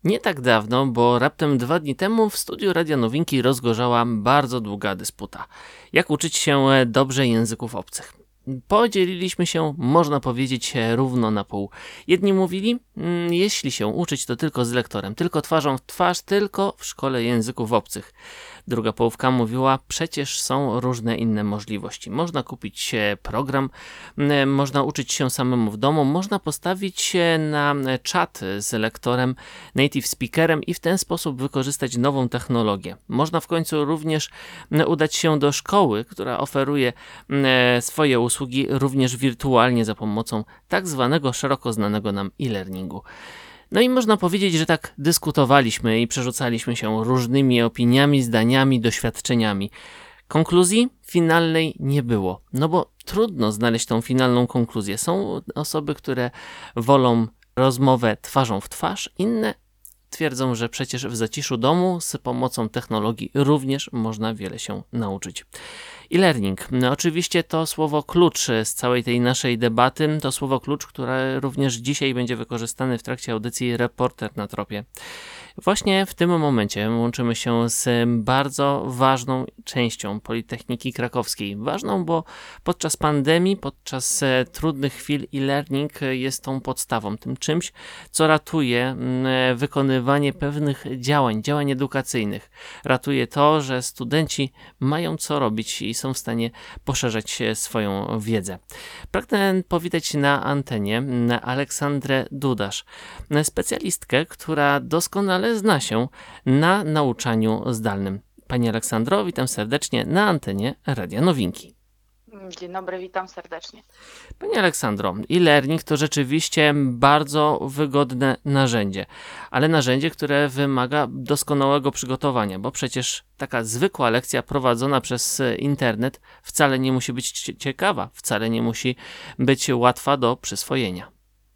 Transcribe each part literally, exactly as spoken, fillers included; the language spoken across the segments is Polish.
Nie tak dawno, bo raptem dwa dni temu w studiu Radia Nowinki rozgorzała bardzo długa dysputa. Jak uczyć się dobrze języków obcych? Podzieliliśmy się, można powiedzieć, równo na pół. Jedni mówili, mm, jeśli się uczyć, to tylko z lektorem, tylko twarzą w twarz, tylko w szkole języków obcych. Druga połówka mówiła, przecież są różne inne możliwości. Można kupić e, program, m, można uczyć się samemu w domu, można postawić się na e, czat z lektorem, native speakerem i w ten sposób wykorzystać nową technologię. Można w końcu również m, udać się do szkoły, która oferuje m, e, swoje usługi również wirtualnie za pomocą tak zwanego szeroko znanego nam e-learningu. No i można powiedzieć, że tak dyskutowaliśmy i przerzucaliśmy się różnymi opiniami, zdaniami, doświadczeniami. Konkluzji finalnej nie było, no bo trudno znaleźć tą finalną konkluzję. Są osoby, które wolą rozmowę twarzą w twarz, inne twierdzą, że przecież w zaciszu domu z pomocą technologii również można wiele się nauczyć. E-learning. No oczywiście to słowo klucz z całej tej naszej debaty, to słowo klucz, które również dzisiaj będzie wykorzystane w trakcie audycji Reporter na Tropie. Właśnie w tym momencie łączymy się z bardzo ważną częścią Politechniki Krakowskiej. Ważną, bo podczas pandemii, podczas trudnych chwil e-learning jest tą podstawą, tym czymś, co ratuje wykonywanie pewnych działań, działań edukacyjnych. Ratuje to, że studenci mają co robić i są w stanie poszerzać swoją wiedzę. Pragnę powitać na antenie Aleksandrę Dudasz, specjalistkę, która doskonale zna się na nauczaniu zdalnym. Pani Aleksandro, witam serdecznie na antenie Radia Nowinki. Dzień dobry, witam serdecznie. Pani Aleksandro, e-learning to rzeczywiście bardzo wygodne narzędzie, ale narzędzie, które wymaga doskonałego przygotowania, bo przecież taka zwykła lekcja prowadzona przez internet wcale nie musi być ciekawa, wcale nie musi być łatwa do przyswojenia.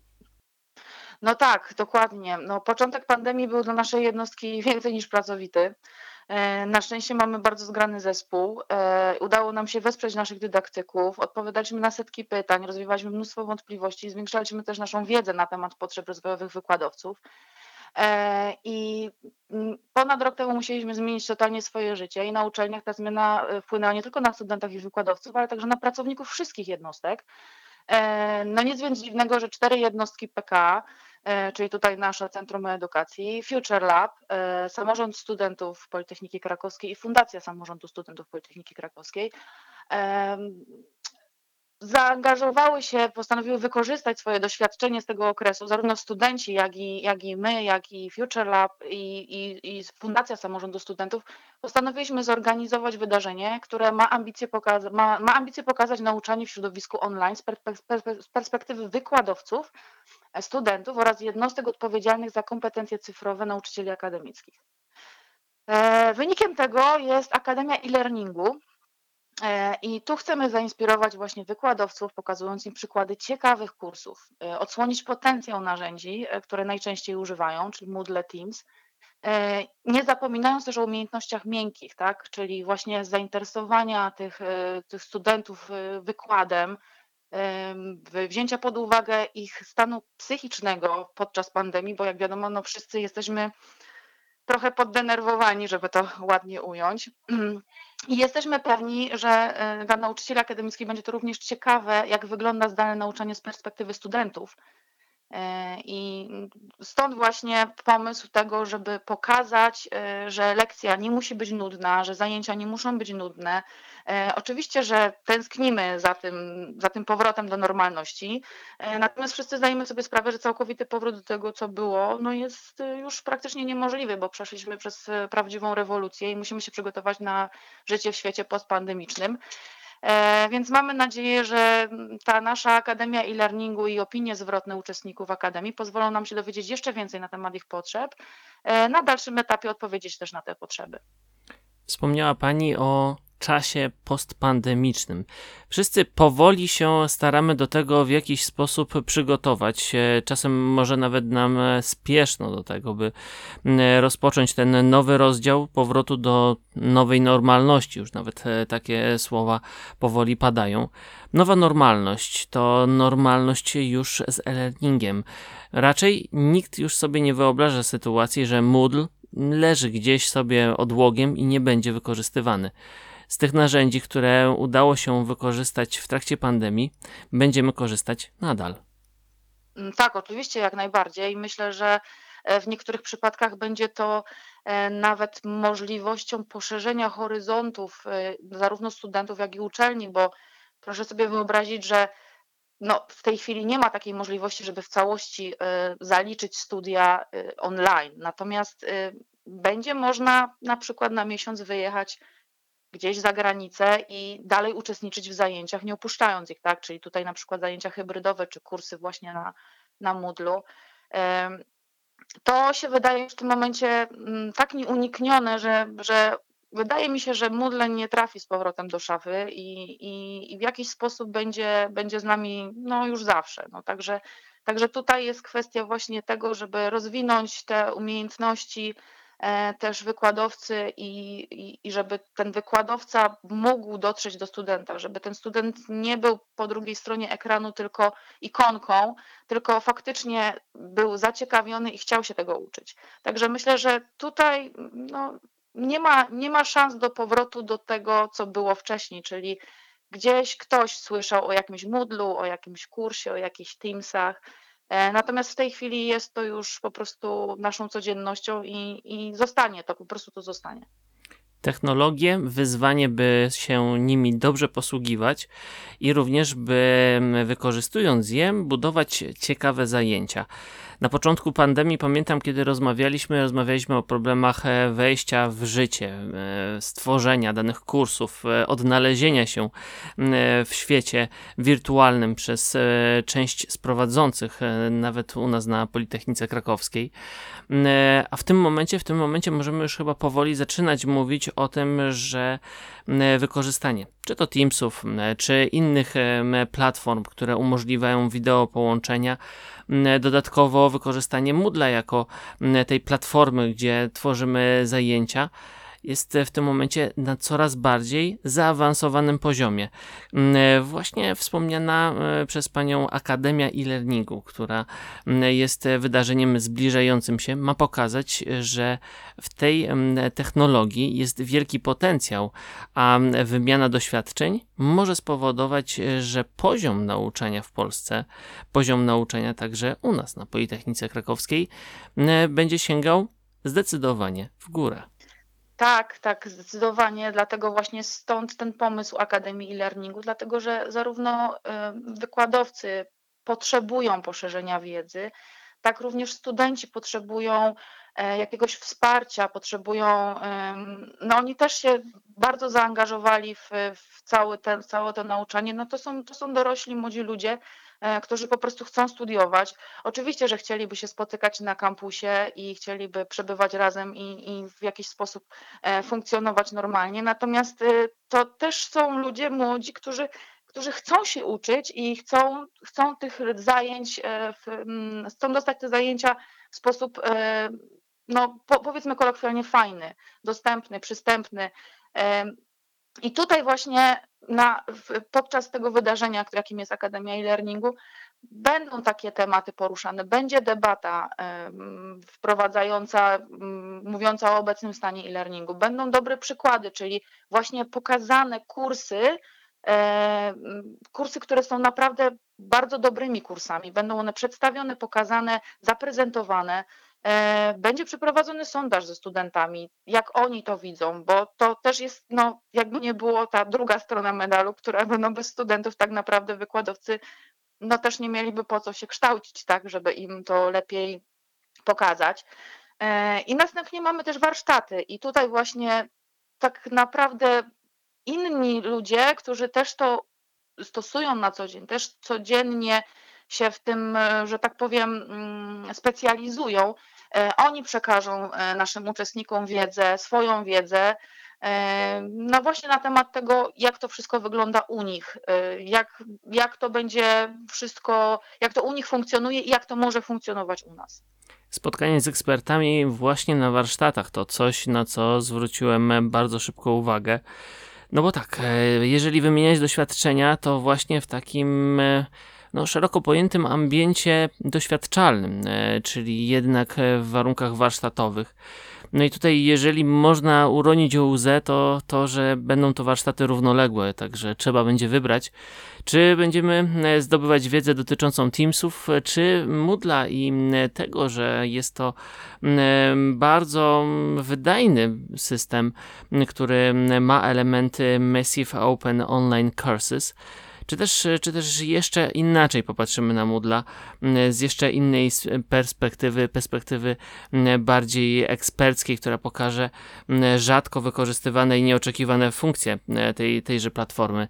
No tak, dokładnie. No, początek pandemii był dla naszej jednostki więcej niż pracowity. Na szczęście mamy bardzo zgrany zespół. Udało nam się wesprzeć naszych dydaktyków, odpowiadaliśmy na setki pytań, rozwiewaliśmy mnóstwo wątpliwości, zwiększaliśmy też naszą wiedzę na temat potrzeb rozwojowych wykładowców. I ponad rok temu musieliśmy zmienić totalnie swoje życie i na uczelniach ta zmiana wpłynęła nie tylko na studentów i wykładowców, ale także na pracowników wszystkich jednostek. No nic więc dziwnego, że cztery jednostki P K, czyli tutaj nasze Centrum Edukacji, Future Lab, Samorząd Studentów Politechniki Krakowskiej i Fundacja Samorządu Studentów Politechniki Krakowskiej zaangażowały się, postanowiły wykorzystać swoje doświadczenie z tego okresu, zarówno studenci, jak i, jak i my, jak i Future Lab i, i, i Fundacja Samorządu Studentów, postanowiliśmy zorganizować wydarzenie, które ma ambicje, pokaza- ma, ma ambicje pokazać nauczanie w środowisku online z, perspe- z perspektywy wykładowców, studentów oraz jednostek odpowiedzialnych za kompetencje cyfrowe nauczycieli akademickich. Wynikiem tego jest Akademia e-learningu. I tu chcemy zainspirować właśnie wykładowców, pokazując im przykłady ciekawych kursów, odsłonić potencjał narzędzi, które najczęściej używają, czyli Moodle, Teams, nie zapominając też o umiejętnościach miękkich, tak? Czyli właśnie zainteresowania tych, tych studentów wykładem, wzięcia pod uwagę ich stanu psychicznego podczas pandemii, bo jak wiadomo, no wszyscy jesteśmy trochę poddenerwowani, żeby to ładnie ująć. I jesteśmy pewni, że dla nauczycieli akademickich będzie to również ciekawe, jak wygląda zdalne nauczanie z perspektywy studentów. I stąd właśnie pomysł tego, żeby pokazać, że lekcja nie musi być nudna, że zajęcia nie muszą być nudne. Oczywiście, że tęsknimy za tym, za tym powrotem do normalności, natomiast wszyscy zdajemy sobie sprawę, że całkowity powrót do tego, co było, no jest już praktycznie niemożliwy, bo przeszliśmy przez prawdziwą rewolucję i musimy się przygotować na życie w świecie postpandemicznym. Więc mamy nadzieję, że ta nasza Akademia e-learningu i opinie zwrotne uczestników Akademii pozwolą nam się dowiedzieć jeszcze więcej na temat ich potrzeb, na dalszym etapie odpowiedzieć też na te potrzeby. Wspomniała Pani o czasie postpandemicznym. Wszyscy powoli się staramy do tego w jakiś sposób przygotować. E, Czasem może nawet nam e, spieszno do tego, by e, rozpocząć ten nowy rozdział powrotu do nowej normalności. Już nawet e, takie słowa powoli padają. Nowa normalność to normalność już z e-learningiem. Raczej nikt już sobie nie wyobraża sytuacji, że Moodle leży gdzieś sobie odłogiem i nie będzie wykorzystywany. Z tych narzędzi, które udało się wykorzystać w trakcie pandemii, będziemy korzystać nadal. Mm, Tak, oczywiście, jak najbardziej. Myślę, że e, w niektórych przypadkach będzie to e, nawet możliwością poszerzenia horyzontów e, zarówno studentów, jak i uczelni, bo proszę sobie wyobrazić, że no, w tej chwili nie ma takiej możliwości, żeby w całości e, zaliczyć studia e, online. Natomiast e, będzie można na przykład na miesiąc wyjechać gdzieś za granicę i dalej uczestniczyć w zajęciach, nie opuszczając ich, tak? Czyli tutaj na przykład zajęcia hybrydowe czy kursy właśnie na, na Moodlu. Em, To się wydaje już w tym momencie mm, tak nieuniknione, że, że wydaje mi się, że Moodle nie trafi z powrotem do szafy i, i, i w jakiś sposób będzie, będzie z nami no, już zawsze. No, także, także tutaj jest kwestia właśnie tego, żeby rozwinąć te umiejętności e, też wykładowcy i, i, i żeby ten wykładowca mógł dotrzeć do studenta, żeby ten student nie był po drugiej stronie ekranu tylko ikonką, tylko faktycznie był zaciekawiony i chciał się tego uczyć. Także myślę, że tutaj no, nie ma, nie ma szans do powrotu do tego, co było wcześniej, czyli gdzieś ktoś słyszał o jakimś Moodlu, o jakimś kursie, o jakichś Teamsach. E, Natomiast w tej chwili jest to już po prostu naszą codziennością i, i zostanie to, po prostu to zostanie. Technologie, wyzwanie, by się nimi dobrze posługiwać i również, by wykorzystując je, budować ciekawe zajęcia. Na początku pandemii pamiętam, kiedy rozmawialiśmy, rozmawialiśmy o problemach e, wejścia w życie, e, stworzenia danych kursów, e, odnalezienia się e, w świecie wirtualnym przez e, część z prowadzących, e, nawet u nas na Politechnice Krakowskiej. E, A w tym momencie, w tym momencie możemy już chyba powoli zaczynać mówić o tym, że e, wykorzystanie czy to Teamsów, e, czy innych e, platform, które umożliwiają wideo połączenia, m, dodatkowo wykorzystanie Moodla jako m, tej platformy, gdzie tworzymy zajęcia, jest w tym momencie na coraz bardziej zaawansowanym poziomie. Mm, Właśnie wspomniana e, przez Panią Akademia e-Learningu, która mm, jest wydarzeniem zbliżającym się, ma pokazać, że w tej mm, technologii jest wielki potencjał, a mm, wymiana doświadczeń może spowodować, e, że poziom nauczania w Polsce, poziom nauczania także u nas na Politechnice Krakowskiej, mm, będzie sięgał zdecydowanie w górę. Tak, tak, zdecydowanie. Dlatego właśnie stąd ten pomysł Akademii e-Learningu, dlatego że zarówno em, wykładowcy potrzebują poszerzenia wiedzy, tak również studenci potrzebują e, jakiegoś wsparcia, potrzebują, em, no oni też się bardzo zaangażowali w, w całe, te, całe to nauczanie. No to są, to są dorośli, młodzi ludzie, e, którzy po prostu chcą studiować. Oczywiście, że chcieliby się spotykać na kampusie i chcieliby przebywać razem i, i w jakiś sposób e, funkcjonować normalnie. Natomiast y, to też są ludzie młodzi, którzy, którzy chcą się uczyć i chcą, chcą tych zajęć, e, w, mm, chcą dostać te zajęcia w sposób, e, no po, powiedzmy kolokwialnie fajny, dostępny, przystępny. E, I tutaj właśnie na, w, podczas tego wydarzenia, jakim jest Akademia e-Learningu, będą takie tematy poruszane, będzie debata em, wprowadzająca, m, mówiąca o obecnym stanie e-learningu, będą dobre przykłady, czyli właśnie pokazane kursy, e, kursy, które są naprawdę bardzo dobrymi kursami. Będą one przedstawione, pokazane, zaprezentowane. E, Będzie przeprowadzony sondaż ze studentami, jak oni to widzą, bo to też jest, no, jakby nie było ta druga strona medalu, która no, bez studentów tak naprawdę wykładowcy no też nie mieliby po co się kształcić, tak, żeby im to lepiej pokazać. E, I następnie mamy też warsztaty i tutaj właśnie tak naprawdę inni ludzie, którzy też to stosują na co dzień, też codziennie się w tym, e, że tak powiem, mm, specjalizują, e, oni przekażą e, naszym uczestnikom wiedzę, swoją wiedzę. E, no właśnie na temat tego, jak to wszystko wygląda u nich, jak, jak to będzie wszystko, jak to u nich funkcjonuje i jak to może funkcjonować u nas. Spotkanie z ekspertami właśnie na warsztatach to coś, na co zwróciłem bardzo szybko uwagę. No bo tak, jeżeli wymieniać doświadczenia, to właśnie w takim no, szeroko pojętym ambiencie doświadczalnym, czyli jednak w warunkach warsztatowych. No i tutaj, jeżeli można uronić o łzę, to to, że będą to warsztaty równoległe, także trzeba będzie wybrać, czy będziemy zdobywać wiedzę dotyczącą Teamsów, czy Moodle'a i tego, że jest to bardzo wydajny system, który ma elementy Massive Open Online Courses, Czy też, czy też jeszcze inaczej popatrzymy na Moodle'a, z jeszcze innej perspektywy, perspektywy bardziej eksperckiej, która pokaże rzadko wykorzystywane i nieoczekiwane funkcje tej, tejże platformy.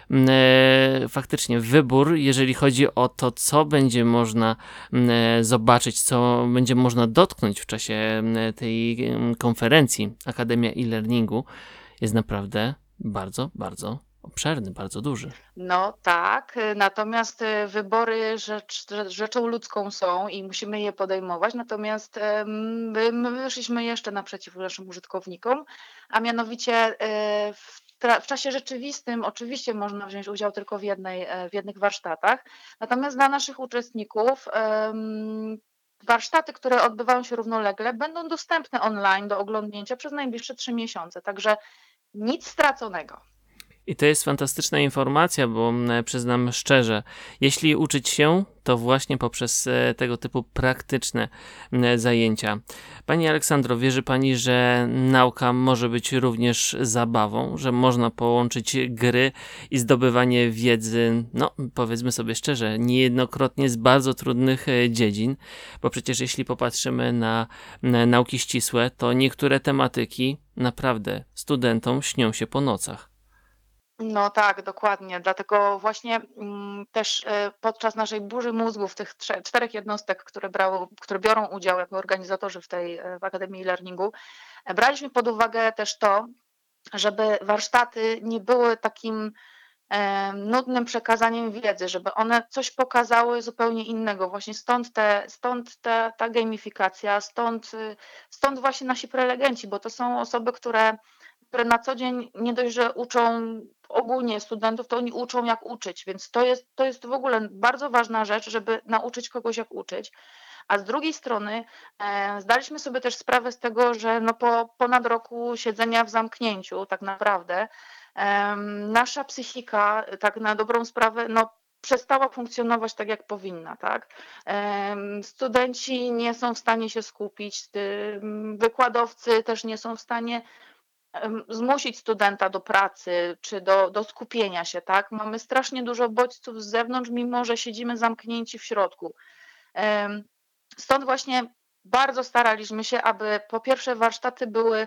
Faktycznie wybór, jeżeli chodzi o to, co będzie można zobaczyć, co będzie można dotknąć w czasie tej konferencji Akademia e-Learningu, jest naprawdę bardzo, bardzo obszerny, bardzo duży. No tak, natomiast wybory rzecz, rzeczą ludzką są i musimy je podejmować, natomiast my, my wyszliśmy jeszcze naprzeciw naszym użytkownikom, a mianowicie w, w czasie rzeczywistym oczywiście można wziąć udział tylko w, jednej, w jednych warsztatach, natomiast dla naszych uczestników warsztaty, które odbywają się równolegle, będą dostępne online do oglądnięcia przez najbliższe trzy miesiące, także nic straconego. I to jest fantastyczna informacja, bo przyznam szczerze, jeśli uczyć się, to właśnie poprzez tego typu praktyczne zajęcia. Pani Aleksandro, wierzy Pani, że nauka może być również zabawą, że można połączyć gry i zdobywanie wiedzy, no powiedzmy sobie szczerze, niejednokrotnie z bardzo trudnych dziedzin, bo przecież jeśli popatrzymy na, na nauki ścisłe, to niektóre tematyki naprawdę studentom śnią się po nocach. No tak, dokładnie. Dlatego właśnie mm, też e, podczas naszej burzy mózgów tych trze- czterech jednostek, które, brało, które biorą udział jako organizatorzy w tej e, w Akademii e-Learningu, e, braliśmy pod uwagę też to, żeby warsztaty nie były takim e, nudnym przekazaniem wiedzy, żeby one coś pokazały zupełnie innego. Właśnie stąd, te, stąd te, ta gamifikacja, stąd, y, stąd właśnie nasi prelegenci, bo to są osoby, które które na co dzień nie dość, że uczą ogólnie studentów, to oni uczą jak uczyć, więc to jest, to jest w ogóle bardzo ważna rzecz, żeby nauczyć kogoś jak uczyć. A z drugiej strony e, zdaliśmy sobie też sprawę z tego, że no po ponad roku siedzenia w zamknięciu tak naprawdę e, nasza psychika tak na dobrą sprawę no przestała funkcjonować tak, jak powinna, tak? Studenci nie są w stanie się skupić, wykładowcy też nie są w stanie zmusić studenta do pracy czy do, do skupienia się, tak? Mamy strasznie dużo bodźców z zewnątrz, mimo że siedzimy zamknięci w środku. Stąd właśnie bardzo staraliśmy się, aby po pierwsze warsztaty były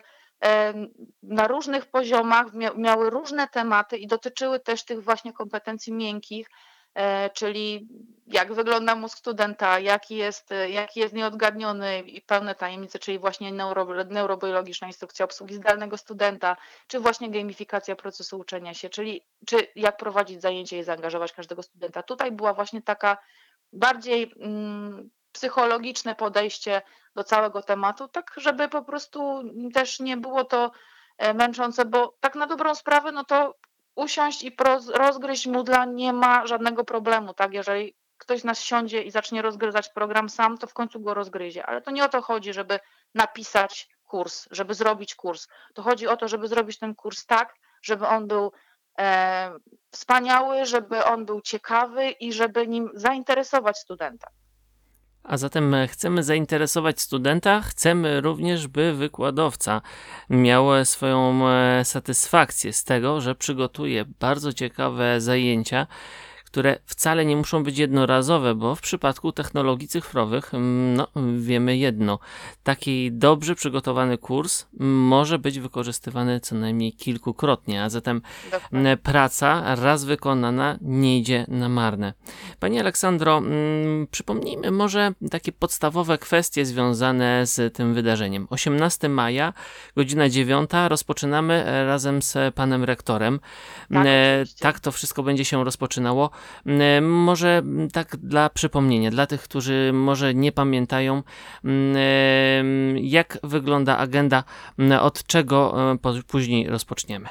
na różnych poziomach, miały różne tematy i dotyczyły też tych właśnie kompetencji miękkich, czyli jak wygląda mózg studenta, jaki jest, jaki jest nieodgadniony i pełne tajemnice, czyli właśnie neuro, neurobiologiczna instrukcja obsługi zdalnego studenta, czy właśnie gamifikacja procesu uczenia się, czyli czy jak prowadzić zajęcie i zaangażować każdego studenta. Tutaj była właśnie taka bardziej mm, psychologiczne podejście do całego tematu, tak żeby po prostu też nie było to męczące, bo tak na dobrą sprawę, no to usiąść i rozgryźć Moodle'a nie ma żadnego problemu, tak? Jeżeli ktoś z nas siądzie i zacznie rozgryzać program sam, to w końcu go rozgryzie, ale to nie o to chodzi, żeby napisać kurs, żeby zrobić kurs. To chodzi o to, żeby zrobić ten kurs tak, żeby on był e, wspaniały, żeby on był ciekawy i żeby nim zainteresować studenta. A zatem chcemy zainteresować studenta, chcemy również, by wykładowca miał swoją satysfakcję z tego, że przygotuje bardzo ciekawe zajęcia, które wcale nie muszą być jednorazowe, bo w przypadku technologii cyfrowych mm, no, wiemy jedno. Taki dobrze przygotowany kurs może być wykorzystywany co najmniej kilkukrotnie, a zatem Dokładnie. mm, praca raz wykonana nie idzie na marne. Pani Aleksandro, mm, przypomnijmy może takie podstawowe kwestie związane z tym wydarzeniem. osiemnastego maja, godzina dziewiąta, rozpoczynamy e, razem z panem rektorem. Tak, E, oczywiście. Tak to wszystko będzie się rozpoczynało. E, Może m, tak dla przypomnienia, dla tych, którzy może nie pamiętają, m, e, jak wygląda agenda, m, od czego e, po- później rozpoczniemy.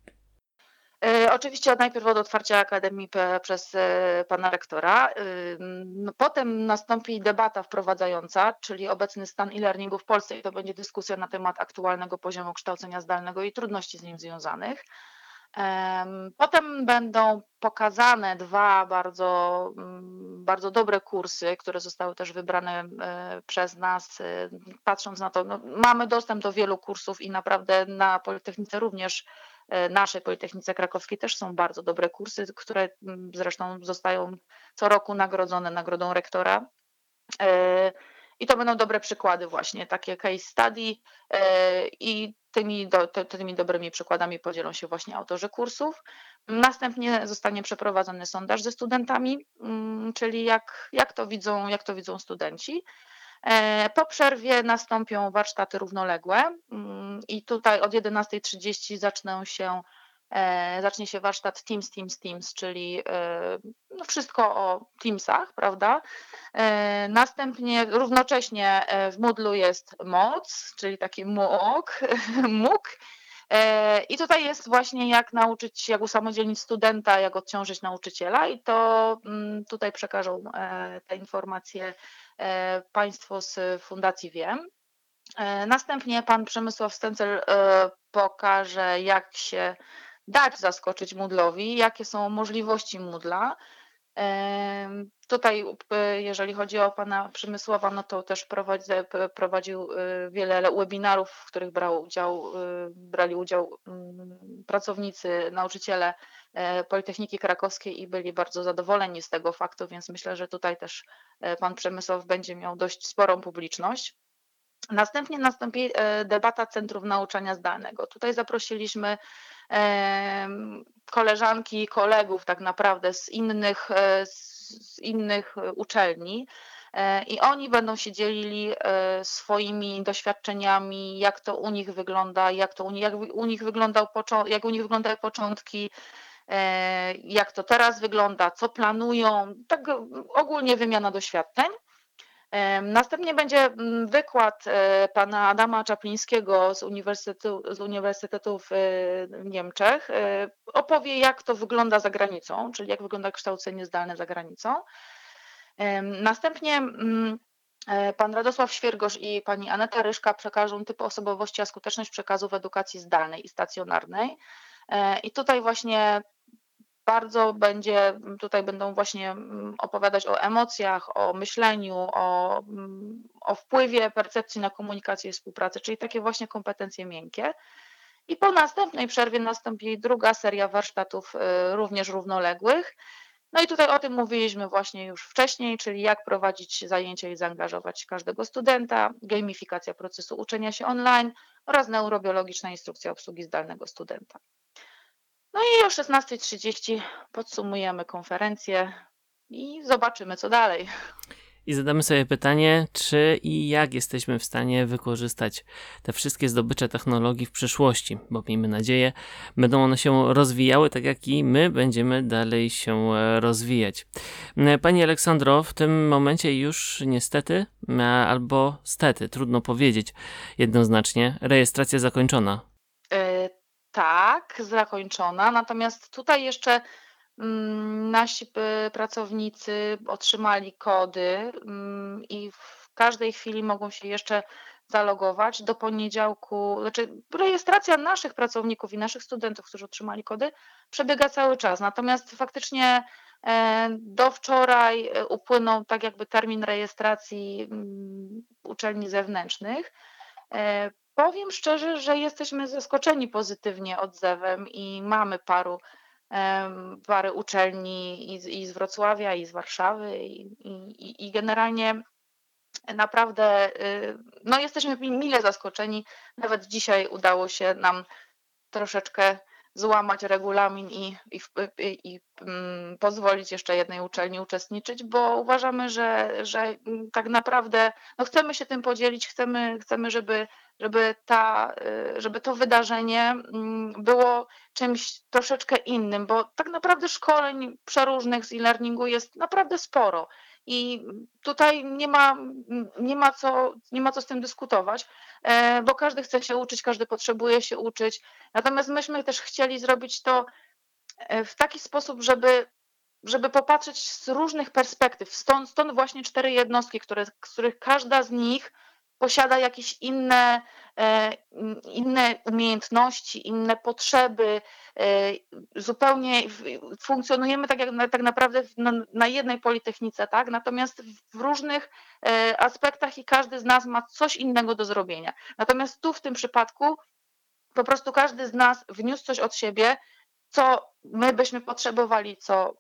E, Oczywiście od najpierw od otwarcia Akademii P- przez e, pana rektora. Ym, no, Potem nastąpi debata wprowadzająca, czyli obecny stan e-learningu w Polsce i to będzie dyskusja na temat aktualnego poziomu kształcenia zdalnego i trudności z nim związanych. Em, Potem będą pokazane dwa bardzo, mm, bardzo dobre kursy, które zostały też wybrane e, przez nas. E, Patrząc na to, no, mamy dostęp do wielu kursów i naprawdę na Politechnice również, e, naszej Politechnice Krakowskiej też są bardzo dobre kursy, które mm, zresztą zostają co roku nagrodzone nagrodą rektora. E, I to będą dobre przykłady właśnie, takie case study e, i tymi, do, ty- tymi dobrymi przykładami podzielą się właśnie autorzy kursów. Następnie zostanie przeprowadzony sondaż ze studentami, mm, czyli jak, jak to widzą, jak to widzą studenci. E, Po przerwie nastąpią warsztaty równoległe mm, i tutaj od jedenastej trzydzieści zaczną się, e, zacznie się warsztat Teams, Teams, Teams, czyli e, no wszystko o Teamsach, prawda? E, Następnie równocześnie e, w Moodlu jest moc, czyli taki MOOC, MOOC. E, I tutaj jest właśnie jak nauczyć, jak usamodzielnić studenta, jak odciążyć nauczyciela i to mm, tutaj przekażą e, te informacje e, Państwo z Fundacji Wiem. E, Następnie pan Przemysław Stęcel e, pokaże, jak się dać zaskoczyć Moodle'owi, jakie są możliwości Moodle'a. Em, Tutaj, p- jeżeli chodzi o pana Przemysława, no to też prowadzi, p- prowadził y, wiele webinarów, w których brał udział, y, brali udział mm, pracownicy, nauczyciele e, Politechniki Krakowskiej i byli bardzo zadowoleni z tego faktu, więc myślę, że tutaj też e, pan Przemysław będzie miał dość sporą publiczność. Następnie nastąpi e, debata Centrów Nauczania Zdalnego. Tutaj zaprosiliśmy em, koleżanki i kolegów tak naprawdę z innych, e, z innych uczelni e, i oni będą się dzielili e, swoimi doświadczeniami, jak to u nich wygląda, jak to u nich, jak u nich wyglądał począ- jak u nich wyglądały początki, e, jak to teraz wygląda, co planują, tak ogólnie wymiana doświadczeń. Następnie będzie mm, wykład e, pana Adama Czaplińskiego z Uniwersytetu, z Uniwersytetu w e, Niemczech. E, Opowie, jak to wygląda za granicą, czyli jak wygląda kształcenie zdalne za granicą. Em, Następnie mm, e, pan Radosław Świergosz i pani Aneta Ryszka przekażą typy osobowości, a skuteczność przekazu w edukacji zdalnej i stacjonarnej. E, I tutaj właśnie bardzo będzie, tutaj będą właśnie mm, opowiadać o emocjach, o myśleniu, o, mm, o wpływie percepcji na komunikację i współpracę, czyli takie właśnie kompetencje miękkie. I po następnej przerwie nastąpi druga seria warsztatów, y, również równoległych. No i tutaj o tym mówiliśmy właśnie już wcześniej, czyli jak prowadzić zajęcia i zaangażować każdego studenta, gamifikacja procesu uczenia się online oraz neurobiologiczna instrukcja obsługi zdalnego studenta. No i o szesnastej trzydzieści podsumujemy konferencję i zobaczymy, co dalej. I zadamy sobie pytanie, czy i jak jesteśmy w stanie wykorzystać te wszystkie zdobycze technologii w przyszłości, bo miejmy nadzieję, będą one się rozwijały tak jak i my będziemy dalej się e, rozwijać. E, Pani Aleksandro, w tym momencie już niestety, e, albo stety, trudno powiedzieć jednoznacznie, rejestracja zakończona. E, Tak, zakończona. Natomiast tutaj jeszcze mm, nasi p- pracownicy otrzymali kody mm, i w każdej chwili mogą się jeszcze zalogować do poniedziałku. Znaczy, rejestracja naszych pracowników i naszych studentów, którzy otrzymali kody, przebiega cały czas. Natomiast faktycznie e, do wczoraj e, upłynął tak jakby termin rejestracji mm, uczelni zewnętrznych. E, Powiem szczerze, że jesteśmy zaskoczeni pozytywnie odzewem i mamy paru em, parę uczelni i z, i z Wrocławia, i z Warszawy, i, i, i generalnie naprawdę y, no, jesteśmy mi- mile zaskoczeni. Nawet dzisiaj udało się nam troszeczkę złamać regulamin i, i, w- i, i mm, pozwolić jeszcze jednej uczelni uczestniczyć, bo uważamy, że, że mm, tak naprawdę no chcemy się tym podzielić, chcemy, chcemy żeby, żeby, ta, y, żeby to wydarzenie mm, było czymś troszeczkę innym, bo tak naprawdę szkoleń przeróżnych z e-learningu jest naprawdę sporo. I tutaj nie ma, nie ma co, nie ma co z tym dyskutować, e, bo każdy chce się uczyć, każdy potrzebuje się uczyć. Natomiast myśmy też chcieli zrobić to e, w taki sposób, żeby, żeby popatrzeć z różnych perspektyw. Stąd, stąd właśnie cztery jednostki, które, z których każda z nich posiada jakieś inne, e, inne umiejętności, inne potrzeby. e, Zupełnie w- funkcjonujemy tak, jak na, tak naprawdę na, na jednej politechnice, tak? Natomiast w różnych e, aspektach i każdy z nas ma coś innego do zrobienia. Natomiast tu w tym przypadku po prostu każdy z nas wniósł coś od siebie, co my byśmy potrzebowali, co,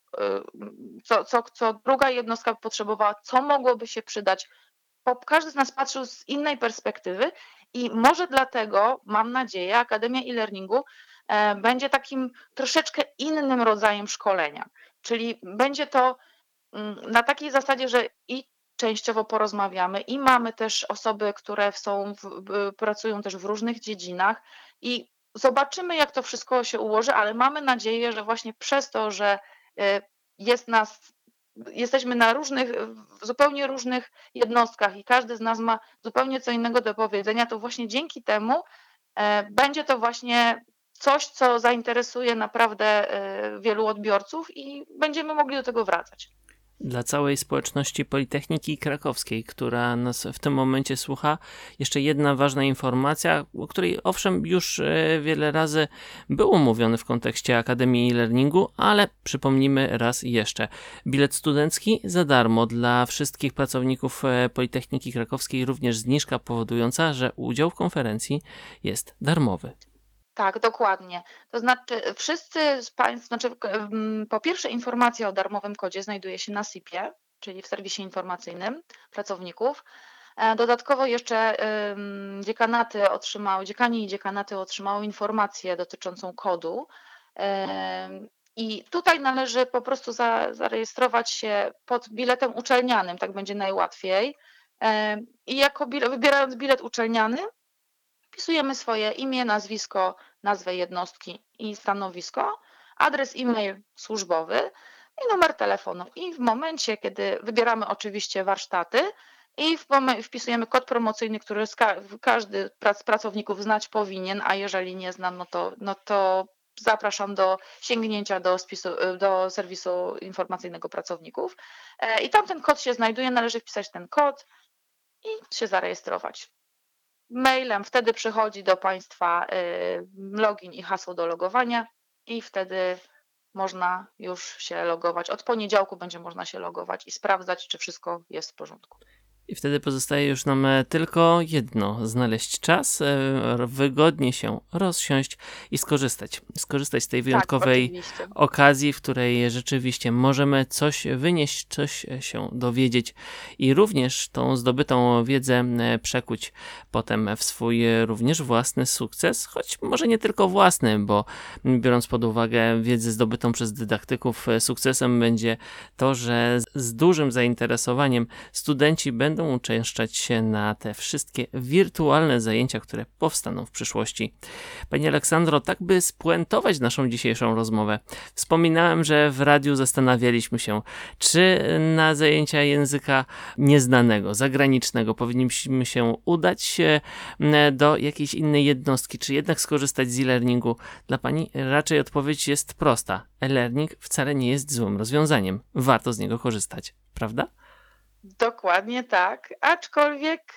y, co, co, co druga jednostka by potrzebowała, co mogłoby się przydać. Bo każdy z nas patrzył z innej perspektywy i może dlatego, mam nadzieję, Akademia e-learningu e, będzie takim troszeczkę innym rodzajem szkolenia. Czyli będzie to mm, na takiej zasadzie, że i częściowo porozmawiamy, i mamy też osoby, które są w, w- pracują też w różnych dziedzinach i zobaczymy, jak to wszystko się ułoży, ale mamy nadzieję, że właśnie przez to, że y, jest nas, jesteśmy na różnych, w zupełnie różnych jednostkach i każdy z nas ma zupełnie co innego do powiedzenia, to właśnie dzięki temu e, będzie to właśnie coś, co zainteresuje naprawdę e, wielu odbiorców i będziemy mogli do tego wracać. Dla całej społeczności Politechniki Krakowskiej, która nas w tym momencie słucha, jeszcze jedna ważna informacja, o której owszem już e, wiele razy było mówione w kontekście Akademii e-Learningu, ale przypomnimy raz jeszcze. Bilet studencki za darmo dla wszystkich pracowników e, Politechniki Krakowskiej, również zniżka powodująca, że udział w konferencji jest darmowy. Tak, dokładnie. To znaczy, wszyscy z Państw, znaczy, k- m, po pierwsze, informacja o darmowym kodzie znajduje się na S I P-ie, czyli w serwisie informacyjnym pracowników. E, Dodatkowo jeszcze ym, dziekanaty otrzymały, dziekani i dziekanaty otrzymały informację dotyczącą kodu. Em, I tutaj należy po prostu za, zarejestrować się pod biletem uczelnianym, tak będzie najłatwiej. Em, I jako bilet, wybierając bilet uczelniany, wpisujemy swoje imię, nazwisko, nazwę jednostki i stanowisko, adres e-mail służbowy i numer telefonu. I w momencie, kiedy wybieramy oczywiście warsztaty i w momen- wpisujemy kod promocyjny, który ska- każdy z pracowników znać powinien, a jeżeli nie znam, no to, no to zapraszam do sięgnięcia do, spisu, do serwisu informacyjnego pracowników. E, I tam ten kod się znajduje, należy wpisać ten kod i się zarejestrować. Mailem wtedy przychodzi do Państwa y, login i hasło do logowania i wtedy można już się logować. Od poniedziałku będzie można się logować i sprawdzać, czy wszystko jest w porządku. I wtedy pozostaje już nam e, tylko jedno: znaleźć czas, e, wygodnie się rozsiąść i skorzystać. Skorzystać z tej Tak, wyjątkowej oczywiście. okazji, w której rzeczywiście możemy coś wynieść, coś się dowiedzieć i również tą zdobytą wiedzę e, przekuć potem w swój e, również własny sukces, choć może nie tylko własny, bo m, biorąc pod uwagę wiedzę zdobytą przez dydaktyków, e, sukcesem będzie to, że z z dużym zainteresowaniem studenci będą uczęszczać się na te wszystkie wirtualne zajęcia, które powstaną w przyszłości. Pani Aleksandro, tak by spuentować naszą dzisiejszą rozmowę, wspominałem, że w radiu zastanawialiśmy się, czy na zajęcia języka nieznanego, zagranicznego powinniśmy się udać e, do jakiejś innej jednostki, czy jednak skorzystać z e-learningu. Dla Pani raczej odpowiedź jest prosta. E-learning wcale nie jest złym rozwiązaniem. Warto z niego korzystać, prawda? Dokładnie tak. Aczkolwiek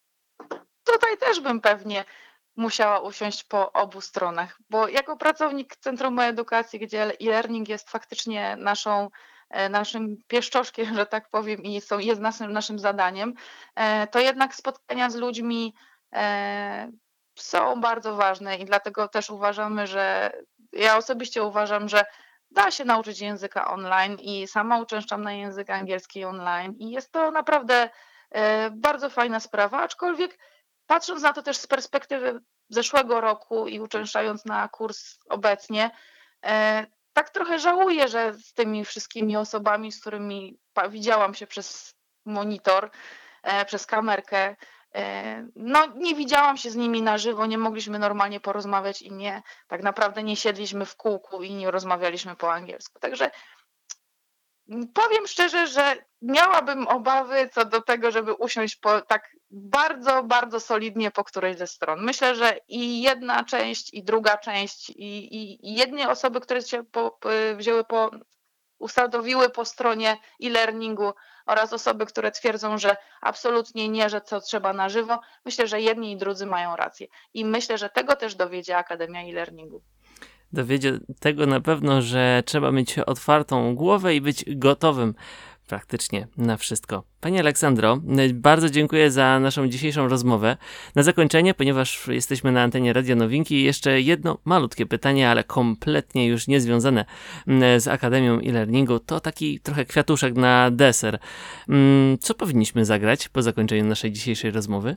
tutaj też bym pewnie musiała usiąść po obu stronach, bo jako pracownik Centrum Edukacji, gdzie e-learning jest faktycznie naszą, e, naszym pieszczoszkiem, że tak powiem, i są, jest naszym, naszym zadaniem, e, to jednak spotkania z ludźmi e, są bardzo ważne i dlatego też uważamy, że ja osobiście uważam, że da się nauczyć języka online i sama uczęszczam na język angielski online i jest to naprawdę e, bardzo fajna sprawa, aczkolwiek patrząc na to też z perspektywy zeszłego roku i uczęszczając na kurs obecnie, e, tak trochę żałuję, że z tymi wszystkimi osobami, z którymi pa- widziałam się przez monitor, e, przez kamerkę, e, no nie widziałam się z nimi na żywo, nie mogliśmy normalnie porozmawiać i nie, tak naprawdę nie siedliśmy w kółku i nie rozmawialiśmy po angielsku. Także powiem szczerze, że miałabym obawy co do tego, żeby usiąść po, tak bardzo, bardzo solidnie po którejś ze stron. Myślę, że i jedna część, i druga część, i, i, i jedne osoby, które się po, po, wzięły po, ustanowiły po stronie e-learningu oraz osoby, które twierdzą, że absolutnie nie, że co trzeba na żywo. Myślę, że jedni i drudzy mają rację. I myślę, że tego też dowiedzie Akademia e-learningu. Dowiedzie tego na pewno, że trzeba mieć otwartą głowę i być gotowym praktycznie na wszystko. Pani Aleksandro, bardzo dziękuję za naszą dzisiejszą rozmowę. Na zakończenie, ponieważ jesteśmy na antenie Radia Nowinki, jeszcze jedno malutkie pytanie, ale kompletnie już niezwiązane z Akademią e-learningu. To taki trochę kwiatuszek na deser. Co powinniśmy zagrać po zakończeniu naszej dzisiejszej rozmowy?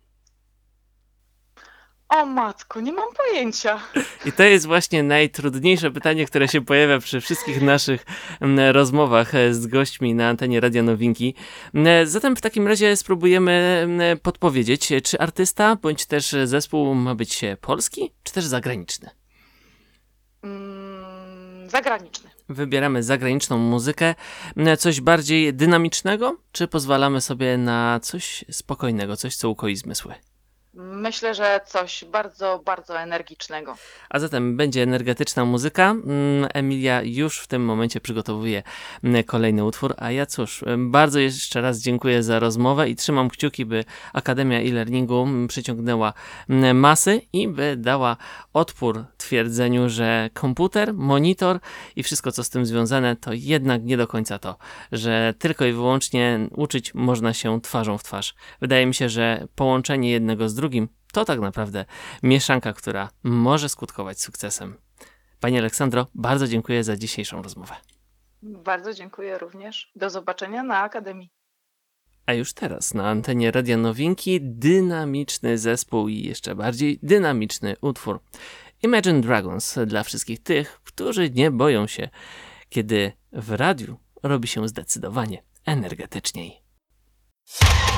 O matko, nie mam pojęcia. I to jest właśnie najtrudniejsze pytanie, które się pojawia przy wszystkich naszych m, rozmowach e, z gośćmi na antenie Radia Nowinki. E, Zatem w takim razie spróbujemy m, podpowiedzieć, czy artysta bądź też zespół ma być polski, czy też zagraniczny. Mm, zagraniczny. Wybieramy zagraniczną muzykę. M, Coś bardziej dynamicznego, czy pozwalamy sobie na coś spokojnego, coś co ukoi zmysły? Myślę, że coś bardzo, bardzo energicznego. A zatem będzie energetyczna muzyka. Mm, Emilia już w tym momencie przygotowuje mm, kolejny utwór, a ja cóż, em, bardzo jeszcze raz dziękuję za rozmowę i trzymam kciuki, by Akademia e-learningu mm, przyciągnęła mm, masy i by dała odpór twierdzeniu, że komputer, monitor i wszystko co z tym związane to jednak nie do końca to, że tylko i wyłącznie uczyć można się twarzą w twarz. Wydaje mi się, że połączenie jednego z drugim to tak naprawdę mieszanka, która może skutkować sukcesem. Pani Aleksandro, bardzo dziękuję za dzisiejszą rozmowę. Bardzo dziękuję również. Do zobaczenia na Akademii. A już teraz na antenie Radia Nowinki dynamiczny zespół i jeszcze bardziej dynamiczny utwór. Imagine Dragons dla wszystkich tych, którzy nie boją się, kiedy w radiu robi się zdecydowanie energetyczniej.